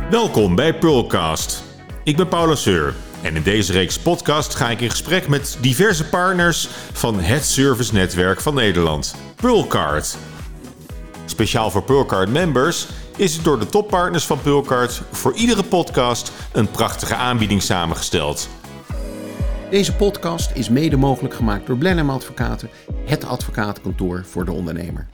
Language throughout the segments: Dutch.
Welkom bij Pearlcast. Ik ben Paula Seur en in deze reeks podcast ga ik in gesprek met diverse partners van het servicenetwerk van Nederland, Pearlcard. Speciaal voor Pearlcard members is het door de toppartners van Pearlcard voor iedere podcast een prachtige aanbieding samengesteld. Deze podcast is mede mogelijk gemaakt door Blenheim Advocaten, het advocatenkantoor voor de ondernemer.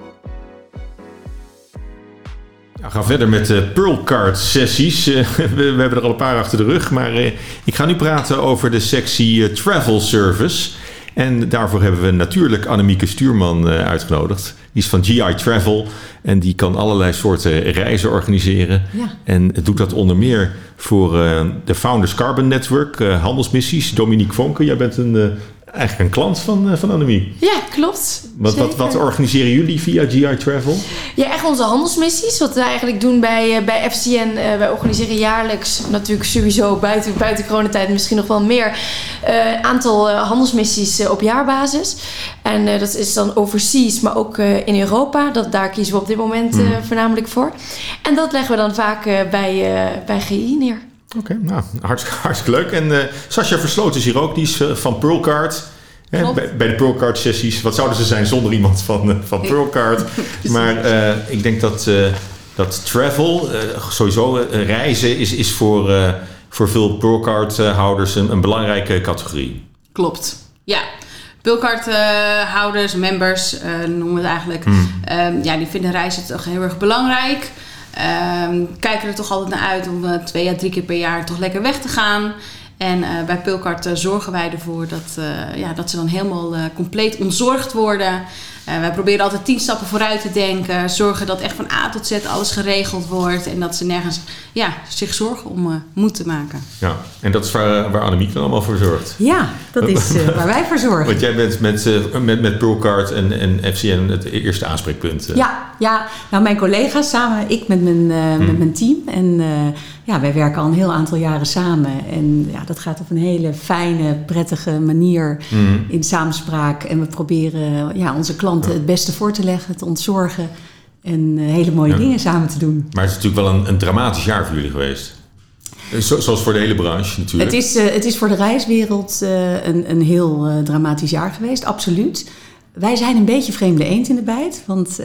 We gaan verder met de Pearlcard sessies. We hebben er al een paar achter de rug, maar ik ga nu praten over de sectie Travel Service. En daarvoor hebben we natuurlijk Annemieke Stuurman uitgenodigd. Die is van GI Travel en die kan allerlei soorten reizen organiseren. Ja. En doet dat onder meer voor de Founders Carbon Network, handelsmissies. Dominique Vonke, jij bent eigenlijk een klant van Annemie. Ja, klopt. Wat organiseren jullie via GI Travel? Ja, echt onze handelsmissies. Wat we eigenlijk doen bij FCN. Wij organiseren jaarlijks, natuurlijk sowieso buiten coronatijd misschien nog wel meer, aantal handelsmissies op jaarbasis. En dat is dan overseas, maar ook in Europa. Daar kiezen we op dit moment voornamelijk voor. En dat leggen we dan vaak bij GI neer. Oké, nou, hartstikke leuk. En Sascha Versloot is hier ook, die is van Pearlcard. Bij de Pearlcard sessies. Wat zouden ze zijn zonder iemand van Pearlcard? Maar ik denk dat travel, sowieso reizen, is voor veel Pearlcard houders een belangrijke categorie. Klopt, ja. Pearlcard houders, members noemen we het eigenlijk. Die vinden reizen toch heel erg belangrijk. Kijken er toch altijd naar uit om 2 à 3 keer per jaar toch lekker weg te gaan. En bij Pearlcard zorgen wij ervoor dat ze dan helemaal compleet ontzorgd worden. Wij proberen altijd 10 stappen vooruit te denken. Zorgen dat echt van A tot Z alles geregeld wordt. En dat ze nergens zich zorgen om moeten maken. Ja, en dat is waar Annemiek dan allemaal voor zorgt. Ja, dat is waar wij voor zorgen. Want jij bent met Pearlcard en FCN het eerste aanspreekpunt. Ja, nou mijn collega's samen, ik met mijn team. En wij werken al een heel aantal jaren samen. En dat gaat op een hele fijne, prettige manier in samenspraak. En we proberen onze klanten het beste voor te leggen, te ontzorgen. En hele mooie dingen samen te doen. Maar het is natuurlijk wel een dramatisch jaar voor jullie geweest. Zoals voor de hele branche natuurlijk. Het is voor de reiswereld een heel dramatisch jaar geweest, absoluut. Wij zijn een beetje vreemde eend in de bijt. Want,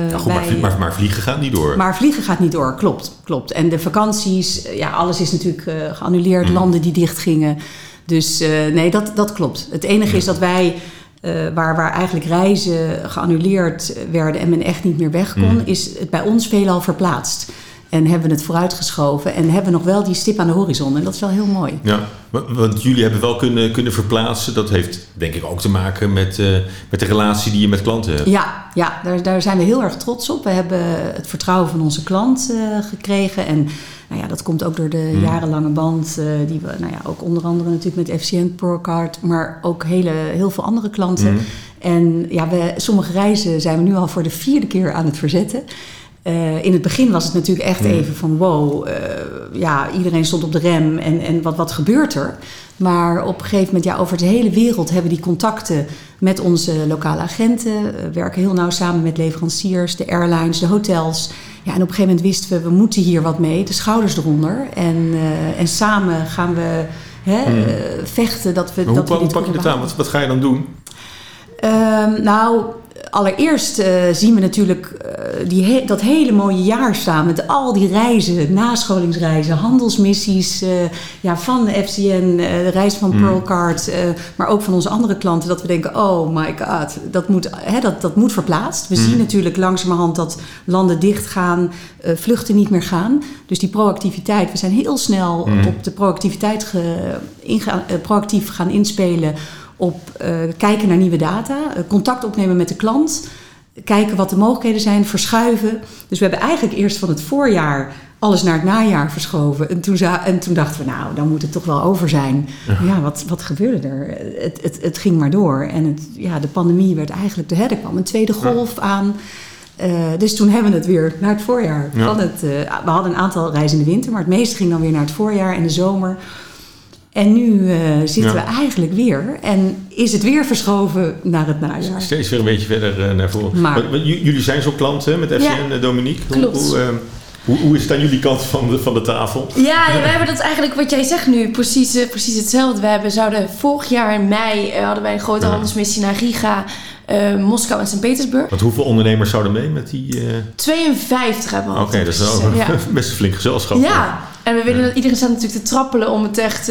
maar vliegen gaat niet door. Maar vliegen gaat niet door, klopt. En de vakanties, alles is natuurlijk geannuleerd. Landen die dichtgingen. Dus nee, dat klopt. Het enige is dat wij, waar eigenlijk reizen geannuleerd werden en men echt niet meer weg kon, is het bij ons veelal verplaatst. En hebben we het vooruitgeschoven en hebben we nog wel die stip aan de horizon. En dat is wel heel mooi. Ja, want jullie hebben wel kunnen verplaatsen. Dat heeft denk ik ook te maken met de relatie die je met klanten hebt. Ja, daar zijn we heel erg trots op. We hebben het vertrouwen van onze klant gekregen. En dat komt ook door de jarenlange band die we ook onder andere natuurlijk met FCN, Pearlcard, maar ook heel veel andere klanten. En sommige reizen zijn we nu al voor de 4e keer aan het verzetten. In het begin was het natuurlijk echt even van wow, iedereen stond op de rem en wat gebeurt er? Maar op een gegeven moment, over de hele wereld hebben die contacten met onze lokale agenten. We werken heel nauw samen met leveranciers, de airlines, de hotels. Ja, en op een gegeven moment wisten we moeten hier wat mee, de schouders eronder. En samen gaan we vechten dat we... Hoe pak je dat aan? Wat ga je dan doen? Allereerst zien we natuurlijk dat hele mooie jaar staan met al die reizen, nascholingsreizen, handelsmissies van de FCN, de reis van Pearlcard, maar ook van onze andere klanten, dat we denken, oh my god, dat moet verplaatst. We zien natuurlijk langzamerhand dat landen dichtgaan, vluchten niet meer gaan. Dus die proactiviteit, we zijn heel snel op de proactiviteit proactief gaan inspelen op kijken naar nieuwe data, contact opnemen met de klant, kijken wat de mogelijkheden zijn, verschuiven. Dus we hebben eigenlijk eerst van het voorjaar alles naar het najaar verschoven. En toen dachten we, dan moet het toch wel over zijn. Ja, wat gebeurde er? Het ging maar door. En de pandemie werd eigenlijk er kwam een tweede golf aan. Dus toen hebben we het weer naar het voorjaar. Ja. We hadden een aantal reizen in de winter, maar het meeste ging dan weer naar het voorjaar en de zomer. En nu zitten we eigenlijk weer en is het weer verschoven naar het najaar. Steeds weer een beetje verder naar voren. Maar jullie zijn zo'n klant met FCN, Dominique. Klopt. Hoe is het aan jullie kant van de tafel? Ja, we hebben dat eigenlijk, wat jij zegt nu, precies hetzelfde. Vorig jaar in mei hadden wij een grote handelsmissie naar Riga, Moskou en Sint-Petersburg. Want hoeveel ondernemers zouden mee met die... 52 hebben we. Oké, dat is wel best een flink gezelschap. Ja, en we willen dat iedereen staat natuurlijk te trappelen om het echt...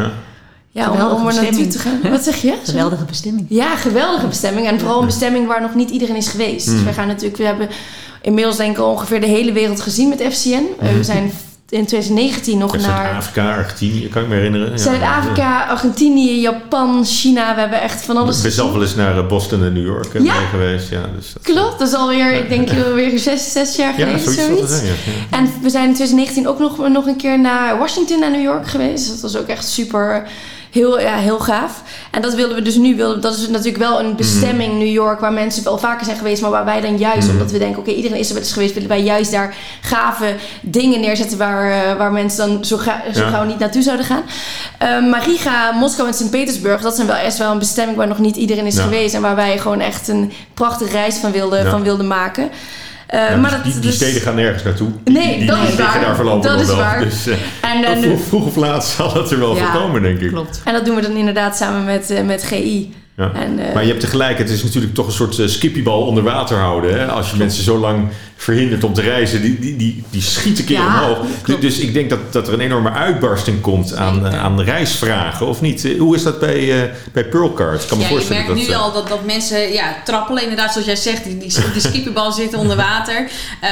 om er naartoe te gaan. Wat zeg je? Geweldige bestemming. Ja, geweldige bestemming. En vooral een bestemming waar nog niet iedereen is geweest. Dus we hebben inmiddels denk ik ongeveer de hele wereld gezien met FCN. We zijn in 2019 nog naar... Zuid-Afrika, Argentinië, kan ik me herinneren. Zuid-Afrika, Argentinië, Japan, China. We hebben echt van alles gezien. Ik ben zelf wel eens naar Boston en New York mee geweest. Ja, dus dat klopt, dat is alweer, ik denk alweer 6 jaar geleden. Zoiets. En we zijn in 2019 ook nog een keer naar Washington en New York geweest. Dus dat was ook echt super... Heel gaaf. En dat wilden we dus nu. Dat is natuurlijk wel een bestemming, New York, waar mensen wel vaker zijn geweest, maar waar wij dan juist, omdat we denken, oké, iedereen is er wel eens geweest, willen wij juist daar gave dingen neerzetten waar mensen dan zo gauw niet naartoe zouden gaan. Maar Riga, Moskou en Sint-Petersburg, dat zijn wel een bestemming waar nog niet iedereen is geweest en waar wij gewoon echt een prachtige reis van wilden maken. Maar die steden gaan nergens naartoe. Nee, dat is waar. Daar voorlopig dat is wel. waar. Dus, vroeg of laat zal het er wel voor komen, denk ik. Klopt. En dat doen we dan inderdaad samen met GI. Ja. En, maar je hebt tegelijk, het is natuurlijk toch een soort skippiebal onder water houden. Hè? Als je mensen zo lang verhindert om te reizen, die schiet een keer omhoog. Dus ik denk dat er een enorme uitbarsting komt aan reisvragen, of niet? Hoe is dat bij Pearlcard? Ik kan me voorstellen je merkt nu al dat mensen trappelen, inderdaad, zoals jij zegt, die skippiebal zitten onder water.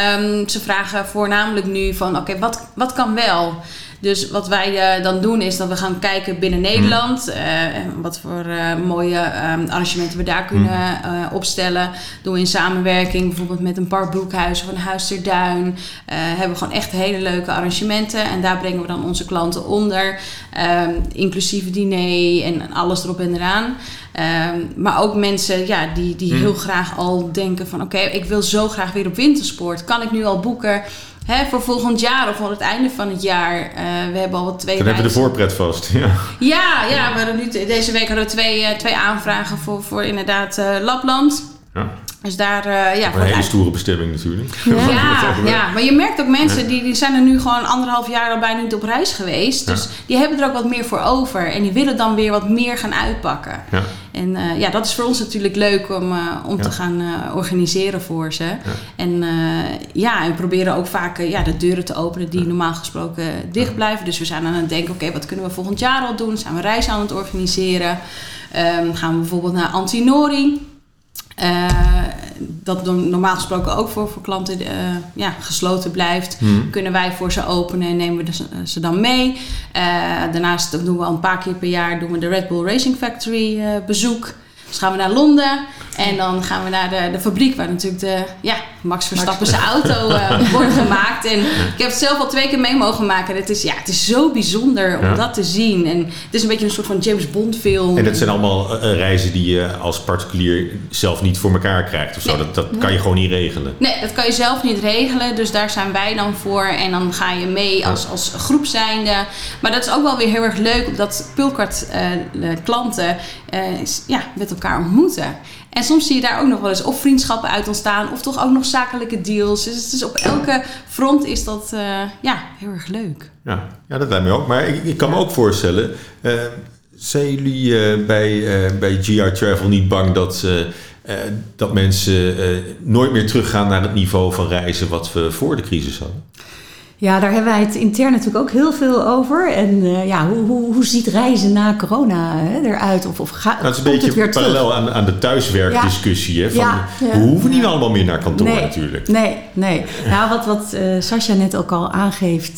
Ze vragen voornamelijk nu van, oké, wat kan wel? Dus wat wij dan doen is dat we gaan kijken binnen Nederland. Wat voor mooie arrangementen we daar kunnen opstellen. Doen we in samenwerking bijvoorbeeld met een Park Broekhuis of een Huis ter Duin. Hebben we gewoon echt hele leuke arrangementen. En daar brengen we dan onze klanten onder. Inclusief diner en alles erop en eraan. Maar ook mensen die heel graag al denken van oké, ik wil zo graag weer op wintersport. Kan ik nu al boeken? Voor volgend jaar of voor het einde van het jaar. We hebben al 2 Dan hebben we de voorpret vast. Ja, we hadden nu deze week hadden we 2 aanvragen voor inderdaad Lapland. Ja. Dus daar, een hele stoere bestemming natuurlijk. Ja, maar je merkt ook mensen die zijn er nu gewoon 1,5 jaar al bijna niet op reis geweest. Dus die hebben er ook wat meer voor over. En die willen dan weer wat meer gaan uitpakken. Ja. En dat is voor ons natuurlijk leuk om te gaan organiseren voor ze. Ja. En we proberen ook vaak de deuren te openen die normaal gesproken dicht blijven. Dus we zijn aan het denken, oké, wat kunnen we volgend jaar al doen? Zijn we reizen aan het organiseren? Gaan we bijvoorbeeld naar Antinori? Dat normaal gesproken ook voor klanten gesloten blijft. Kunnen wij voor ze openen en nemen we ze dan mee. Daarnaast doen we al een paar keer per jaar de Red Bull Racing Factory bezoek. Dus gaan we naar Londen en dan gaan we naar de fabriek waar natuurlijk Max Verstappen's auto wordt gemaakt. En ik heb het zelf al 2 keer mee mogen maken. Het is zo bijzonder om dat te zien. En het is een beetje een soort van James Bond film. En dat zijn allemaal reizen die je als particulier zelf niet voor elkaar krijgt of zo. Nee. Dat kan je gewoon niet regelen. Nee, dat kan je zelf niet regelen. Dus daar zijn wij dan voor. En dan ga je mee als groep zijnde. Maar dat is ook wel weer heel erg leuk. Omdat Pearlcard klanten met elkaar ontmoeten. En soms zie je daar ook nog wel eens of vriendschappen uit ontstaan. Of toch ook nog zakelijke deals. Dus het is op elke front is dat heel erg leuk. Ja, dat lijkt me ook. Maar ik kan me ook voorstellen. Zijn jullie bij GR Travel niet bang dat mensen nooit meer teruggaan naar het niveau van reizen wat we voor de crisis hadden? Ja, daar hebben wij het intern natuurlijk ook heel veel over. En hoe ziet reizen na corona eruit? Of dat is een beetje parallel aan de thuiswerkdiscussie. Ja. We hoeven niet allemaal meer naar kantoor natuurlijk. Nee. Nou, wat Sascha net ook al aangeeft,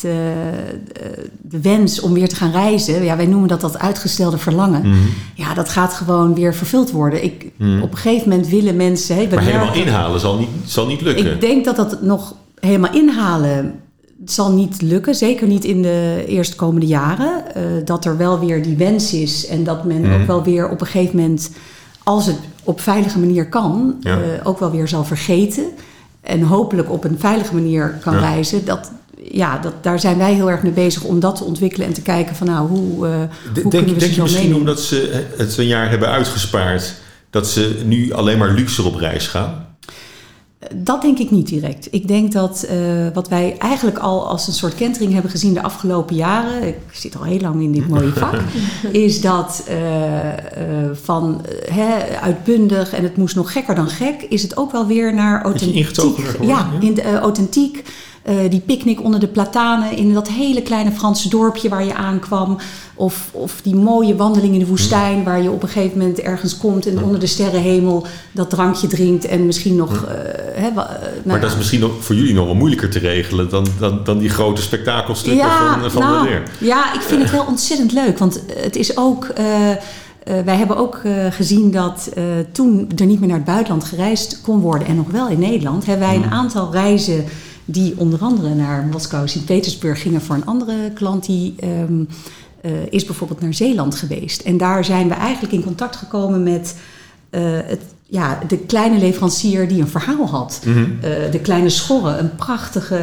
de wens om weer te gaan reizen. Ja, wij noemen dat uitgestelde verlangen. Mm-hmm. Ja, dat gaat gewoon weer vervuld worden. Op een gegeven moment willen mensen... maar helemaal inhalen zal niet lukken. Ik denk dat nog helemaal inhalen... Het zal niet lukken, zeker niet in de eerstkomende jaren. Dat er wel weer die wens is en dat men ook wel weer op een gegeven moment, als het op veilige manier kan, ook wel weer zal vergeten. En hopelijk op een veilige manier kan reizen. Daar zijn wij heel erg mee bezig om dat te ontwikkelen en te kijken van hoe kunnen we ze zo Denk je misschien meenemen? Omdat ze het een jaar hebben uitgespaard, dat ze nu alleen maar luxer op reis gaan? Dat denk ik niet direct. Ik denk dat wat wij eigenlijk al als een soort kentering hebben gezien de afgelopen jaren, ik zit al heel lang in dit mooie vak, is dat van uitbundig en het moest nog gekker dan gek, is het ook wel weer naar authentiek. Authentiek. Die picknick onder de platanen in dat hele kleine Franse dorpje waar je aankwam. Of die mooie wandeling in de woestijn waar je op een gegeven moment ergens komt en onder de sterrenhemel dat drankje drinkt en misschien nog... maar dat is misschien nog voor jullie nog wel moeilijker te regelen dan die grote spektakelstukken van de leer. Ja, ik vind het wel ontzettend leuk, want het is ook... wij hebben ook gezien dat toen er niet meer naar het buitenland gereisd kon worden en nog wel in Nederland, hebben wij een aantal reizen die onder andere naar Moskou, Sint-Petersburg gingen voor een andere klant die is bijvoorbeeld naar Zeeland geweest. En daar zijn we eigenlijk in contact gekomen met de kleine leverancier die een verhaal had. De Kleine Schorre, een prachtige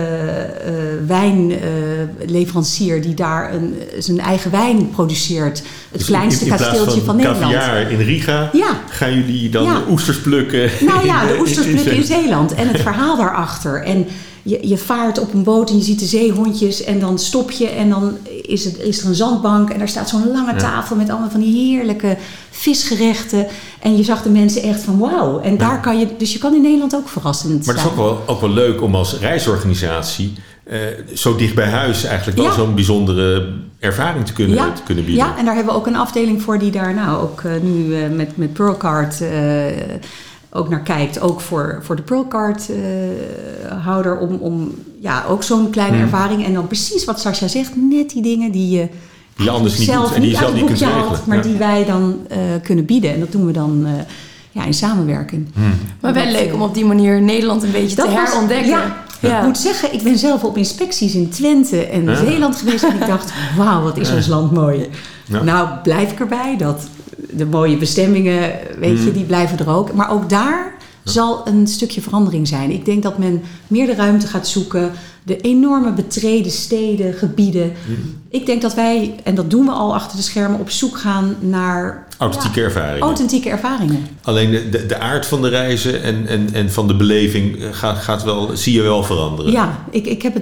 wijnleverancier die daar zijn eigen wijn produceert. Het dus kleinste kasteeltje van Nederland. Caviar in Riga gaan jullie dan oesters plukken? Nou ja, de oesters plukken in Zeeland. En het verhaal daarachter. En je vaart op een boot en je ziet de zeehondjes en dan stop je en dan is er een zandbank en daar staat zo'n lange tafel met allemaal van die heerlijke visgerechten. En je zag de mensen echt van wauw. En daar kan je, dus je kan in Nederland ook verrassend Maar het is ook wel leuk om als reisorganisatie zo dicht bij huis eigenlijk wel zo'n bijzondere ervaring te kunnen bieden. Ja, en daar hebben we ook een afdeling voor die daar ook nu met Pearlcard ook naar kijkt. Ook voor de Pearlcard houder om ook zo'n kleine ervaring. En dan precies wat Sascha zegt, net die dingen die je anders niet doet en die je zelf niet kunt regelen. Maar die wij dan kunnen bieden. En dat doen we dan in samenwerking. Maar wel leuk om op die manier Nederland een beetje te herontdekken. Ik moet zeggen, ik ben zelf op inspecties in Twente en Zeeland geweest. En ik dacht, wauw, wat is ons land mooi. Ja. Nou, blijf ik erbij dat de mooie bestemmingen, die blijven er ook. Maar ook daar zal een stukje verandering zijn. Ik denk dat men meer de ruimte gaat zoeken. De enorme betreden steden, gebieden. Ik denk dat wij, en dat doen we al achter de schermen, op zoek gaan naar authentieke ervaringen. Alleen de aard van de reizen en van de beleving zie je wel veranderen. Ja, ik heb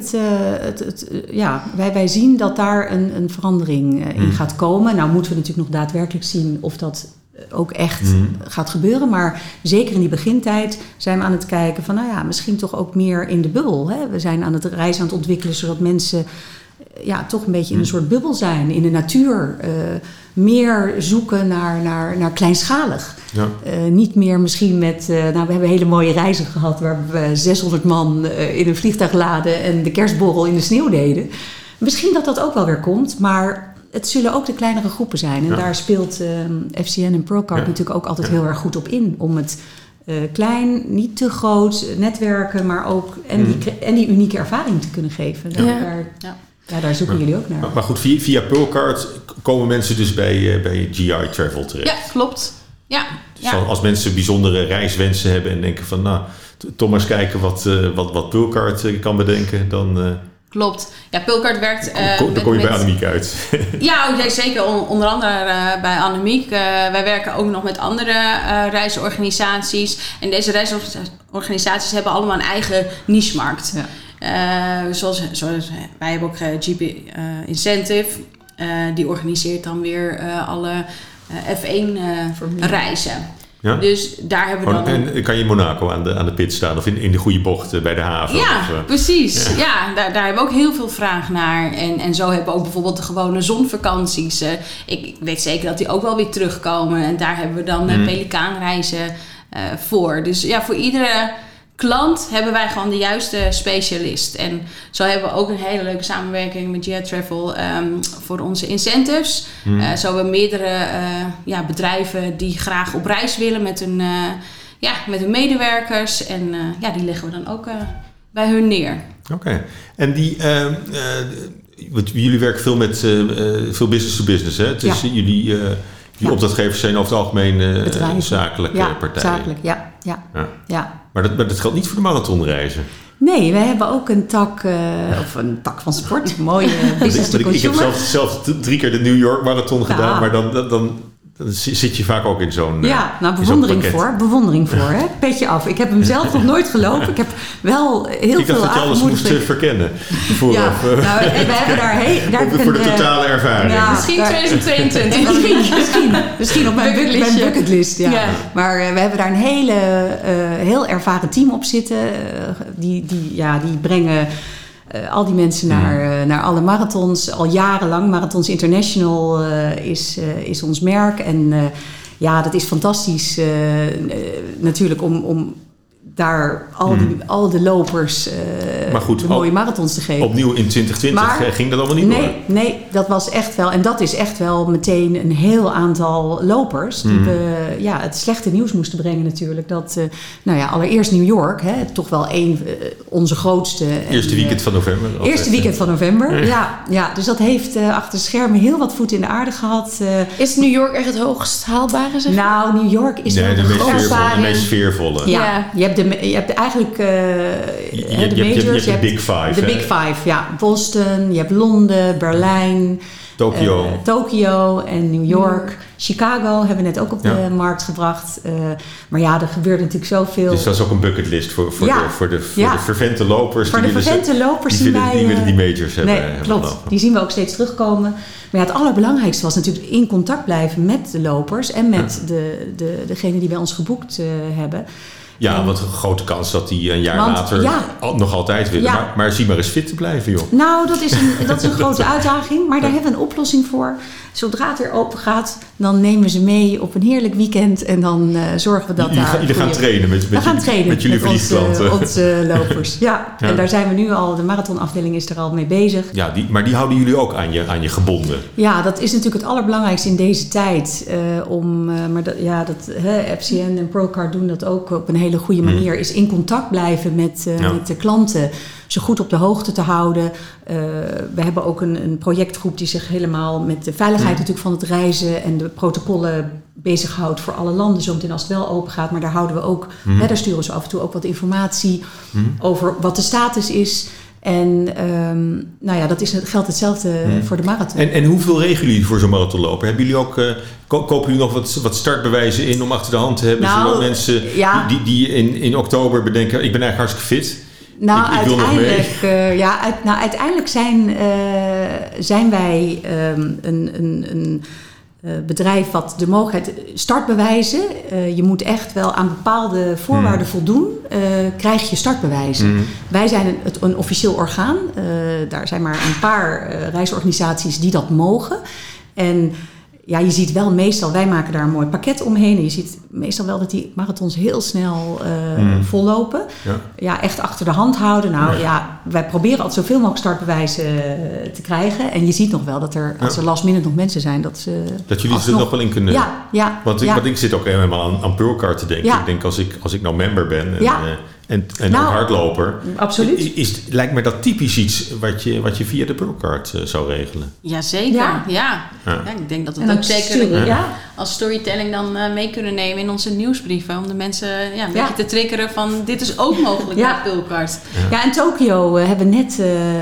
wij zien dat daar een verandering in gaat komen. Nou moeten we natuurlijk nog daadwerkelijk zien of dat ook echt gaat gebeuren. Maar zeker in die begintijd zijn we aan het kijken van misschien toch ook meer in de bubbel. Hè? We zijn aan het reizen aan het ontwikkelen zodat mensen toch een beetje in een soort bubbel zijn. In de natuur. Meer zoeken naar kleinschalig. Ja. Niet meer misschien met... we hebben hele mooie reizen gehad waar we 600 man in een vliegtuig laden en de kerstborrel in de sneeuw deden. Misschien dat ook wel weer komt, maar het zullen ook de kleinere groepen zijn. En daar speelt FCN en Pearlcard natuurlijk ook altijd heel erg goed op in. Om het klein, niet te groot, netwerken, maar ook die unieke ervaring te kunnen geven. Daar zoeken jullie ook naar. Maar goed, via Pearlcard komen mensen dus bij GI Travel terecht. Ja, klopt. Ja. Dus als mensen bijzondere reiswensen hebben en denken van toch maar eens kijken wat Pearlcard kan bedenken, dan... Klopt. Ja, Pearlcard werkt... Dan kom je bij Annemiek uit. Ja, zeker. Onder andere bij Annemiek. Wij werken ook nog met andere reisorganisaties. En deze reisorganisaties hebben allemaal een eigen niche-markt. Ja. Zoals wij hebben ook GP Incentive. Die organiseert dan weer alle F1 reizen. Ja? Dus daar hebben we dan... En kan je in Monaco aan de pit staan of in de goede bocht bij de haven? Ja, precies. Ja, daar hebben we ook heel veel vraag naar. En zo hebben we ook bijvoorbeeld de gewone zonvakanties. Ik weet zeker dat die ook wel weer terugkomen. En daar hebben we dan pelikaanreizen voor. Dus voor iedere klant hebben wij gewoon de juiste specialist. En zo hebben we ook een hele leuke samenwerking met GI Travel voor onze incentives. Zo hebben we meerdere bedrijven die graag op reis willen met hun medewerkers. En die leggen we dan ook bij hun neer. Oké. En jullie werken veel met veel business to business, hè? Dus jullie opdrachtgevers zijn over het algemeen zakelijke partijen. Zakelijk, ja. Maar dat geldt niet voor de marathonreizen? Nee, wij hebben ook een tak van sport. Mooie business to consumer. Ik heb zelf 3 keer de New York Marathon gedaan, maar dan Dan zit je vaak ook in zo'n Ja, nou bewondering voor. Hè? Petje af. Ik heb hem zelf nog nooit gelopen. Ik heb wel heel veel Ik dacht dat je alles moest verkennen. We hebben daar voor de totale ervaring. Ja, misschien 2022. Misschien op mijn bucketlist. Ja. Ja. Maar we hebben daar een heel ervaren team op zitten. Die brengen al die mensen naar alle marathons. Al jarenlang. Marathons International is ons merk. En dat is fantastisch natuurlijk om daar al de lopers maar goed, de mooie marathons te geven. Opnieuw in 2020 ging dat allemaal niet door? Nee, dat was echt wel... En dat is echt wel meteen een heel aantal lopers... die we het slechte nieuws moesten brengen natuurlijk. Dat, allereerst New York, hè, toch wel onze grootste... Eerste weekend van november. Eerste weekend van november, ja. Dus dat heeft achter de schermen heel wat voet in de aarde gehad. Is New York echt het hoogst haalbare? Zeg? Nou, New York is wel de meest sfeervolle. Ja, je hebt eigenlijk de majors. Je hebt de Big Five. De Big Five, ja. Boston, je hebt Londen, Berlijn, Tokio en New York. Chicago hebben we net ook op de markt gebracht. Maar er gebeurt natuurlijk zoveel. Dus dat is ook een bucketlist voor de fervente lopers. Voor de fervente lopers die willen die majors hebben. Nee, klopt. Die zien we ook steeds terugkomen. Maar het allerbelangrijkste was natuurlijk in contact blijven met de lopers en met degene die bij ons geboekt hebben. Ja, wat een grote kans dat die een jaar later nog altijd willen. Ja. Maar zie maar eens fit te blijven, joh. Nou, dat is een grote uitdaging. Maar daar hebben we een oplossing voor. Zodra het weer open gaat, dan nemen we ze mee op een heerlijk weekend. En dan zorgen we dat jullie gaan trainen met jullie verliefdklanten. Onze lopers. Ja, en daar zijn we nu al. De marathonafdeling is er al mee bezig. Ja, maar die houden jullie ook aan je gebonden. Ja, dat is natuurlijk het allerbelangrijkste in deze tijd. FCN en Pearlcard doen dat ook op een hele goede manier. Is in contact blijven met de klanten. Ze goed op de hoogte te houden. We hebben ook een projectgroep die zich helemaal met de veiligheid natuurlijk van het reizen en de protocollen bezighoudt voor alle landen. Zometeen als het wel open gaat. Maar daar houden we ook, daar sturen ze af en toe ook wat informatie over wat de status is. En geldt hetzelfde voor de marathon. En hoeveel regelen jullie voor zo'n marathonloper? Hebben jullie ook, kopen jullie nog wat startbewijzen in om achter de hand te hebben? Zodat mensen die in oktober bedenken, ik ben eigenlijk hartstikke fit. Uiteindelijk zijn wij een bedrijf wat de mogelijkheid startbewijzen. Je moet echt wel aan bepaalde voorwaarden voldoen. Krijg je startbewijzen. Wij zijn een officieel orgaan. Daar zijn maar een paar reisorganisaties die dat mogen. En je ziet wel meestal, wij maken daar een mooi pakket omheen. En je ziet meestal wel dat die marathons heel snel vollopen. Ja, echt achter de hand houden. Wij proberen altijd zoveel mogelijk startbewijzen te krijgen. En je ziet nog wel dat als er last minute nog mensen zijn, dat jullie er nog wel in kunnen. Want ik zit ook helemaal aan Pearlcard te denken. Ik denk als ik nou member ben en ook hardloper. Absoluut. Lijkt me dat typisch iets wat je via de Pearlcard zou regelen. Jazeker, ja. Ik denk dat we dat ook zeker als storytelling dan mee kunnen nemen in onze nieuwsbrieven. Om de mensen een beetje te triggeren van dit is ook mogelijk bij Pearlcard. Ja, en Tokio hebben net...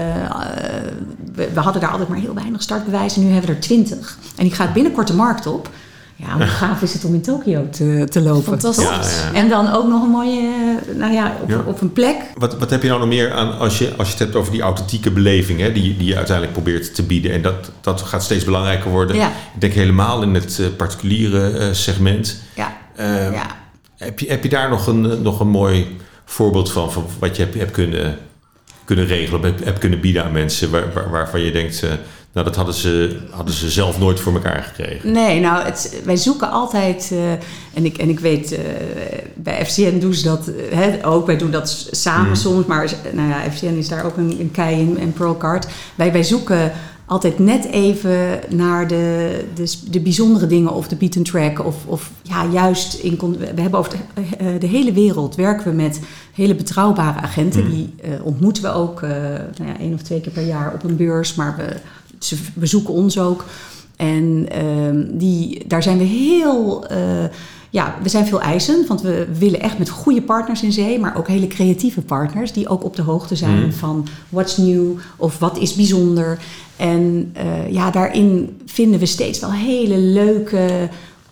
we hadden daar altijd maar heel weinig startbewijzen. Nu hebben we er 20. En die gaat binnenkort de markt op. Ja, hoe gaaf is het om in Tokio te lopen. Fantastisch. Ja. En dan ook nog een mooie, op een plek. Wat heb je nou nog meer aan als je het hebt over die authentieke beleving, hè, die je uiteindelijk probeert te bieden. En dat gaat steeds belangrijker worden. Ja. Ik denk helemaal in het particuliere segment. Ja. Heb je daar nog een mooi voorbeeld van wat je hebt kunnen regelen, hebt kunnen bieden aan mensen waarvan je denkt... dat hadden ze zelf nooit voor elkaar gekregen. Nee, wij zoeken altijd... En ik weet, bij FCN doen ze dat ook. Wij doen dat samen soms. Maar FCN is daar ook een kei in en Pearlcard. Wij zoeken altijd net even naar de bijzondere dingen of de beat and track. Of juist, we hebben over de hele wereld werken we met hele betrouwbare agenten. Die ontmoeten we ook 1 of 2 keer per jaar op een beurs. Maar ze bezoeken ons ook. En daar zijn we heel... we zijn veel eisend, want we willen echt met goede partners in zee, maar ook hele creatieve partners die ook op de hoogte zijn van what's new of wat is bijzonder. En daarin vinden we steeds wel hele leuke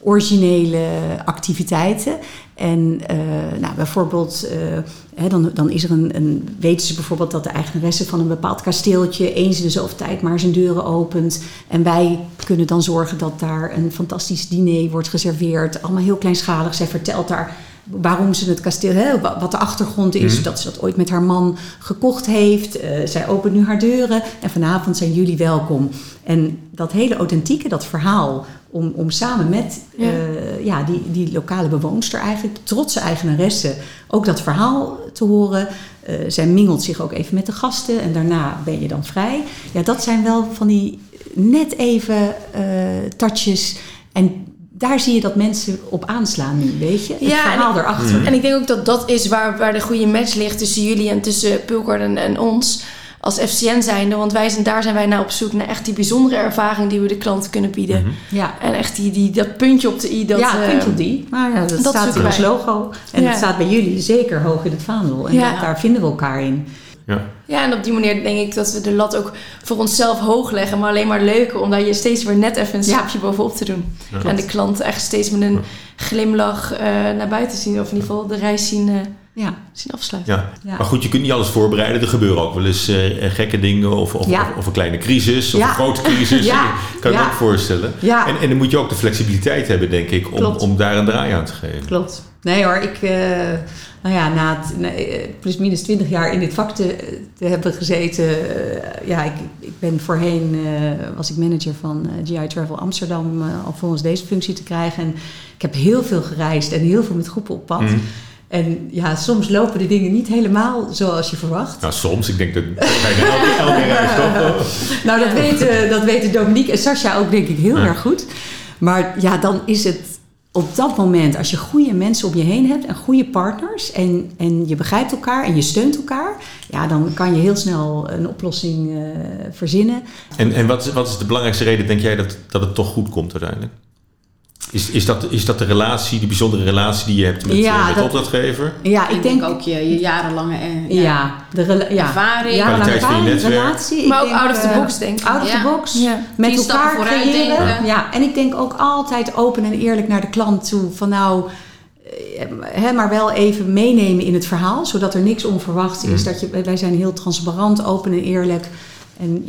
originele activiteiten. En bijvoorbeeld, dan is er weten ze bijvoorbeeld dat de eigenaresse van een bepaald kasteeltje eens in de zoveel tijd maar zijn deuren opent. En wij kunnen dan zorgen dat daar een fantastisch diner wordt geserveerd. Allemaal heel kleinschalig. Zij vertelt daar waarom ze het kasteel, wat de achtergrond is, dat ze dat ooit met haar man gekocht heeft. Zij opent nu haar deuren en vanavond zijn jullie welkom. En dat hele authentieke, dat verhaal, om samen met die lokale bewoonster eigenlijk, trotse eigenaresse, ook dat verhaal te horen. Zij mingelt zich ook even met de gasten en daarna ben je dan vrij. Ja, dat zijn wel van die net even touches. En daar zie je dat mensen op aanslaan nu, weet je? Het verhaal erachter. En ik denk ook dat dat is waar de goede match ligt tussen jullie en tussen Pearl en ons als FCN zijnde. Want daar zijn wij nou op zoek naar echt die bijzondere ervaring die we de klant kunnen bieden. Mm-hmm. Ja. En echt dat puntje op de i. Puntje op de i. Maar dat staat in ons logo. En dat staat bij jullie zeker hoog in het vaandel. En daar vinden we elkaar in. Ja, en op die manier denk ik dat we de lat ook voor onszelf hoog leggen. Maar alleen maar leuker om daar je steeds weer net even een stapje bovenop te doen. Ja. En de klant echt steeds met een glimlach naar buiten zien. Of in ieder geval de reis zien afsluiten. Ja. Maar goed, je kunt niet alles voorbereiden. Er gebeuren ook wel eens gekke dingen of een kleine crisis of een grote crisis. Kan je me ook voorstellen. Ja. En dan moet je ook de flexibiliteit hebben, denk ik, om daar een draai aan te geven. Klopt. Nee hoor, na plus minus 20 jaar in dit vak te hebben gezeten. Ik ben voorheen, was ik manager van GI Travel Amsterdam, alvorens deze functie te krijgen. En ik heb heel veel gereisd en heel veel met groepen op pad. En soms lopen de dingen niet helemaal zoals je verwacht. Nou, soms. Ik denk dat bijna elke reis toch. Nou, dat weten Dominique en Sascha ook, denk ik, heel erg goed. Maar dan is het op dat moment, als je goede mensen om je heen hebt en goede partners en je begrijpt elkaar en je steunt elkaar, dan kan je heel snel een oplossing verzinnen. En wat is de belangrijkste reden, denk jij, dat het toch goed komt uiteindelijk? Is dat de relatie, die bijzondere relatie die je hebt met de opdrachtgever? Ja, ik denk ook je jarenlange ervaring. Kwaliteit van je netwerk. Relatie. Maar ook out of the box, denk ik. Out of the box. Ja. Met elkaar creëren. Ja. En ik denk ook altijd open en eerlijk naar de klant toe. Van maar wel even meenemen in het verhaal. Zodat er niks onverwachts is. Wij zijn heel transparant, open en eerlijk. En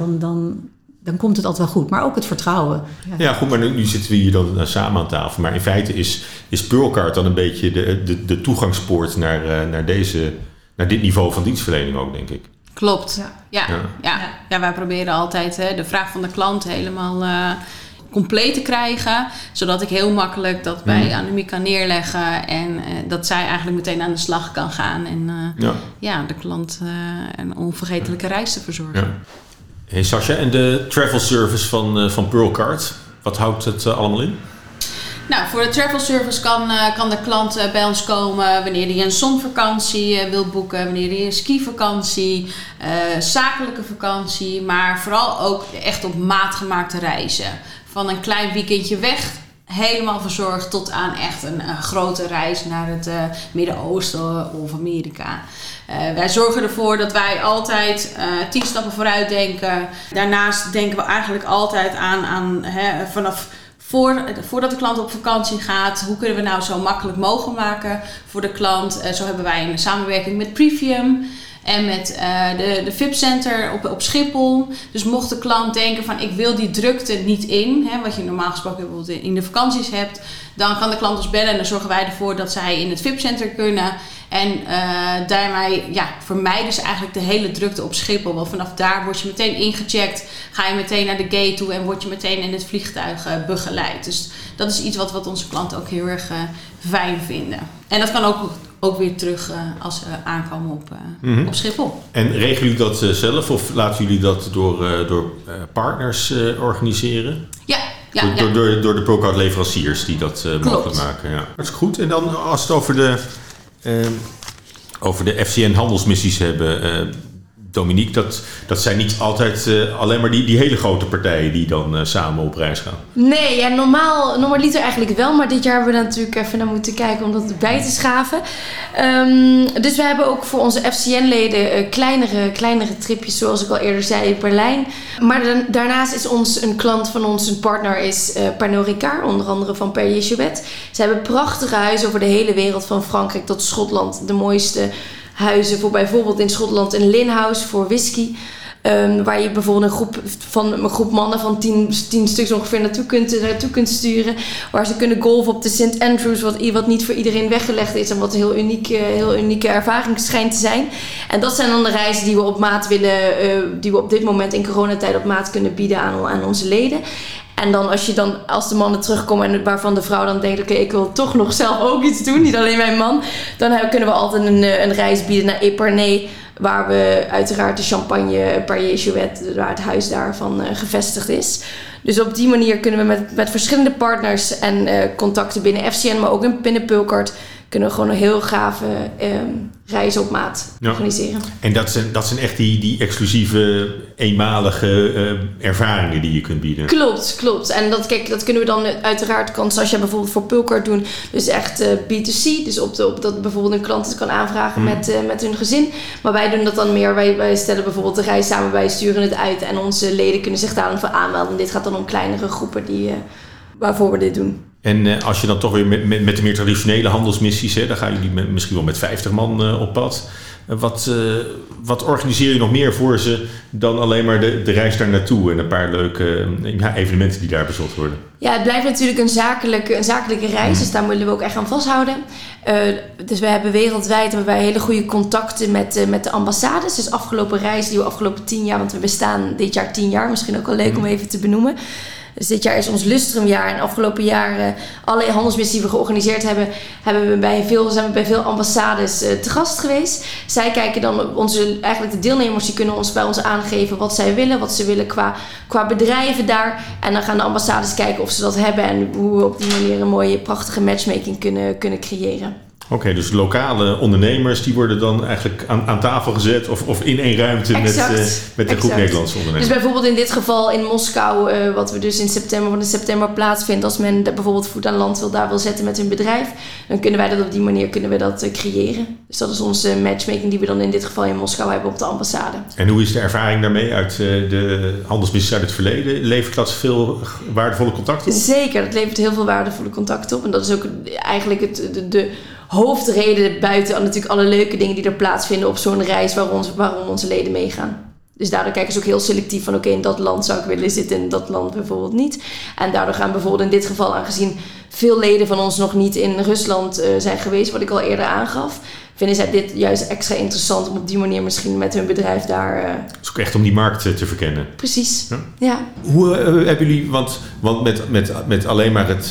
dan komt het altijd wel goed. Maar ook het vertrouwen. Ja, goed, maar nu zitten we hier dan samen aan tafel. Maar in feite is Pearlcard dan een beetje de toegangspoort naar dit niveau van dienstverlening ook, denk ik. Klopt. Ja, wij proberen altijd de vraag van de klant helemaal compleet te krijgen. Zodat ik heel makkelijk dat bij Annemie kan neerleggen. En dat zij eigenlijk meteen aan de slag kan gaan. En de klant een onvergetelijke reis te verzorgen. Ja. Hey Sascha, en de travel service van Pearlcard, wat houdt het allemaal in? Nou, voor de travel service kan de klant bij ons komen wanneer hij een zonvakantie wil boeken, wanneer hij een skivakantie, zakelijke vakantie, maar vooral ook echt op maat gemaakte reizen. Van een klein weekendje weg, helemaal verzorgd, tot aan echt een grote reis naar het Midden-Oosten of Amerika. Wij zorgen ervoor dat wij altijd 10 stappen vooruit denken. Daarnaast denken we eigenlijk altijd aan voordat de klant op vakantie gaat, hoe kunnen we nou zo makkelijk mogelijk maken voor de klant. Zo hebben wij een samenwerking met Previum en met de VIP Center op Schiphol. Dus mocht de klant denken van ik wil die drukte niet in, wat je normaal gesproken bijvoorbeeld in de vakanties hebt, dan kan de klant ons bellen en dan zorgen wij ervoor dat zij in het VIP Center kunnen. En daarmee vermijden ze eigenlijk de hele drukte op Schiphol. Want vanaf daar word je meteen ingecheckt, ga je meteen naar de gate toe en word je meteen in het vliegtuig begeleid. Dus dat is iets wat onze klanten ook heel erg fijn vinden. En dat kan ook weer terug als ze aankomen op Schiphol. En regelen jullie dat zelf of laten jullie dat door partners organiseren? Ja. Door de Pearlcard leveranciers die dat mogelijk maken. Ja. Dat is goed. En dan als het over de FCN handelsmissies hebben, Dominique, dat zijn niet altijd alleen maar die hele grote partijen die dan samen op reis gaan. Nee, ja, normaliter eigenlijk wel. Maar dit jaar hebben we natuurlijk even naar moeten kijken om dat erbij te schaven. Dus we hebben ook voor onze FCN-leden kleinere tripjes, zoals ik al eerder zei, in Berlijn. Maar daarnaast is een klant van ons, een partner, is Pernod Ricard, onder andere van Perrier-Jouët. Ze hebben prachtige huizen over de hele wereld, van Frankrijk tot Schotland. De mooiste huizen voor bijvoorbeeld in Schotland een Linhouse voor whisky. Waar je bijvoorbeeld een groep mannen van 10 stuks ongeveer naartoe kunt sturen. Waar ze kunnen golfen op de St. Andrews, wat niet voor iedereen weggelegd is en wat een heel unieke ervaring schijnt te zijn. En dat zijn dan de reizen die we op maat die we op dit moment in coronatijd op maat kunnen bieden aan onze leden. En dan als de mannen terugkomen en waarvan de vrouw dan denkt, oké, ik wil toch nog zelf ook iets doen, niet alleen mijn man, dan kunnen we altijd een reis bieden naar Épernay, waar we uiteraard de champagne Perrier-Jouët, waar het huis daarvan gevestigd is. Dus op die manier kunnen we met verschillende partners en contacten binnen FCN, maar ook binnen Pulkart, kunnen we gewoon een heel gave reizen op maat organiseren. En dat zijn echt die exclusieve, eenmalige ervaringen die je kunt bieden. Klopt. En dat kunnen we dan uiteraard, zoals je bijvoorbeeld voor Pulkart doen, dus echt B2C. Dus dat bijvoorbeeld een klant het kan aanvragen met hun gezin. Maar wij doen dat dan meer. Wij stellen bijvoorbeeld de reis samen, wij sturen het uit en onze leden kunnen zich daar dan voor aanmelden. En dit gaat dan om kleinere groepen waarvoor we dit doen. En als je dan toch weer met de meer traditionele handelsmissies, dan gaan jullie misschien wel met 50 man op pad. Wat organiseer je nog meer voor ze dan alleen maar de reis daar naartoe en een paar leuke evenementen die daar bezocht worden? Ja, het blijft natuurlijk een zakelijke reis, dus daar willen we ook echt aan vasthouden. Dus we hebben wereldwijd hele goede contacten met de ambassades. Dus afgelopen reis die we afgelopen 10 jaar, want we bestaan dit jaar 10 jaar, misschien ook wel leuk om even te benoemen. Dus dit jaar is ons lustrumjaar en afgelopen jaar alle handelsmissies die we georganiseerd hebben, zijn we bij veel ambassades te gast geweest. Zij kijken dan eigenlijk de deelnemers, die kunnen bij ons aangeven wat zij willen, wat ze willen qua bedrijven daar. En dan gaan de ambassades kijken of ze dat hebben en hoe we op die manier een mooie, prachtige matchmaking kunnen creëren. Oké, dus lokale ondernemers die worden dan eigenlijk aan tafel gezet of in één ruimte met een groep Nederlandse ondernemers. Dus bijvoorbeeld in dit geval in Moskou, wat we dus in september plaatsvindt, als men bijvoorbeeld voet aan land wil zetten met hun bedrijf, dan kunnen wij dat op die manier creëren. Dus dat is onze matchmaking die we dan in dit geval in Moskou hebben op de ambassade. En hoe is de ervaring daarmee uit de handelsmissies uit het verleden? Levert dat veel waardevolle contacten op? Zeker, dat levert heel veel waardevolle contacten op. En dat is ook eigenlijk de hoofdreden buiten natuurlijk alle leuke dingen die er plaatsvinden op zo'n reis waarom onze leden meegaan. Dus daardoor kijken ze ook heel selectief van in dat land zou ik willen zitten en in dat land bijvoorbeeld niet. En daardoor gaan bijvoorbeeld in dit geval, aangezien veel leden van ons nog niet in Rusland zijn geweest, wat ik al eerder aangaf, vinden zij dit juist extra interessant om op die manier misschien met hun bedrijf daar... Het is ook echt om die markt te verkennen. Precies, ja. Hoe hebben jullie, want met alleen maar het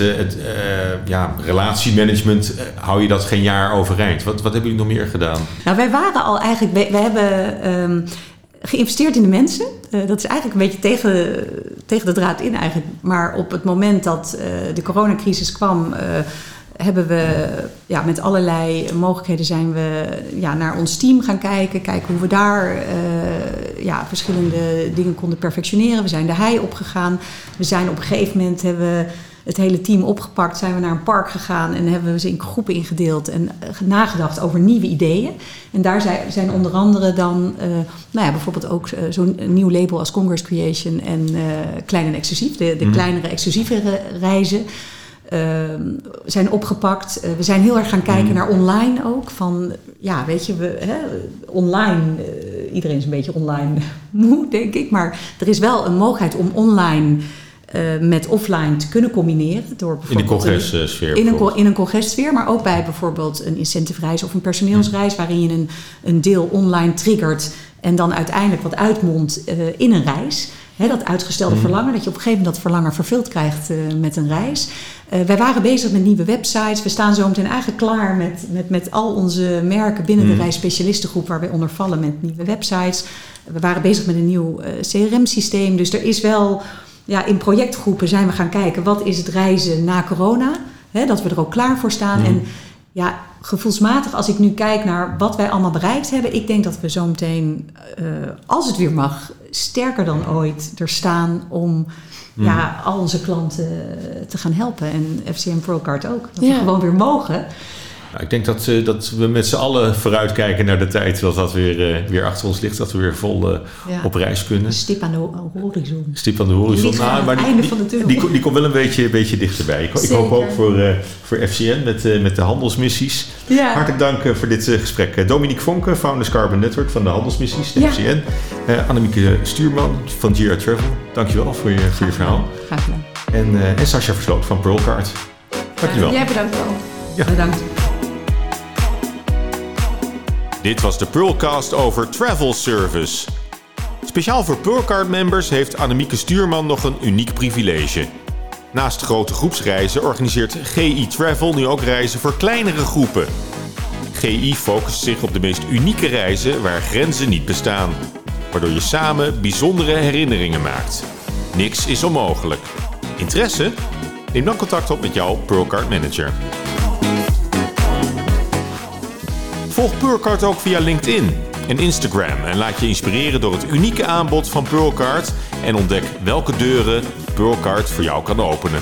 relatiemanagement hou je dat geen jaar overeind. Wat hebben jullie nog meer gedaan? Nou, wij waren al eigenlijk... We hebben geïnvesteerd in de mensen. Dat is eigenlijk een beetje tegen de draad in eigenlijk. Maar op het moment dat de coronacrisis kwam, hebben we met allerlei mogelijkheden zijn we naar ons team gaan kijken hoe we daar verschillende dingen konden perfectioneren. We zijn de hei opgegaan. We zijn op een gegeven moment hebben het hele team opgepakt, zijn we naar een park gegaan en hebben we ze in groepen ingedeeld en nagedacht over nieuwe ideeën. En daar zijn onder andere dan bijvoorbeeld ook zo'n nieuw label als Congress Creation en Klein en Exclusief, de kleinere exclusievere reizen. Zijn opgepakt. We zijn heel erg gaan kijken naar online ook. Van, online... iedereen is een beetje online moe, denk ik. Maar er is wel een mogelijkheid om online met offline te kunnen combineren. Door in de congressfeer. In een congressfeer, maar ook bij bijvoorbeeld een incentive reis of een personeelsreis, waarin je een deel online triggert en dan uiteindelijk wat uitmondt in een reis. Dat uitgestelde verlangen, dat je op een gegeven moment dat verlangen vervuld krijgt met een reis. Wij waren bezig met nieuwe websites. We staan zo meteen eigenlijk klaar met al onze merken binnen de reisspecialistengroep waar wij onder vallen met nieuwe websites. We waren bezig met een nieuw CRM-systeem. Dus er is wel, in projectgroepen zijn we gaan kijken wat is het reizen na corona. Dat we er ook klaar voor staan. En gevoelsmatig, als ik nu kijk naar wat wij allemaal bereikt hebben, ik denk dat we zo meteen, als het weer mag, sterker dan ooit er staan om al onze klanten te gaan helpen. En FCM Pearlcard ook. Dat we gewoon weer mogen. Nou, ik denk dat we met z'n allen vooruitkijken naar de tijd dat weer achter ons ligt. Dat we weer vol op reis kunnen. Stip aan de horizon. Stip aan de horizon. Maar die komt wel een beetje dichterbij. Ik hoop ook voor FCN met de handelsmissies. Ja. Hartelijk dank voor dit gesprek. Dominique Vonke, Founders Carbon Network van de handelsmissies, de FCN. Annemieke Stuurman van GR Travel. Dankjewel voor je verhaal. Graag gedaan. En Sascha Versloot van Pearlcard. Dankjewel. Jij bedankt wel. Ja. Bedankt. Dit was de Pearlcast over Travel Service. Speciaal voor Pearlcard-members heeft Annemieke Stuurman nog een uniek privilege. Naast grote groepsreizen organiseert GI Travel nu ook reizen voor kleinere groepen. GI focust zich op de meest unieke reizen waar grenzen niet bestaan. Waardoor je samen bijzondere herinneringen maakt. Niks is onmogelijk. Interesse? Neem dan contact op met jouw Pearlcard manager. Volg Pearlcard ook via LinkedIn en Instagram en laat je inspireren door het unieke aanbod van Pearlcard en ontdek welke deuren Pearlcard voor jou kan openen.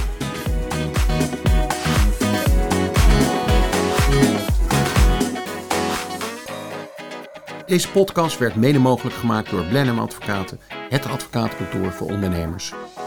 Deze podcast werd mede mogelijk gemaakt door Blenheim Advocaten, het advocatenkantoor voor ondernemers.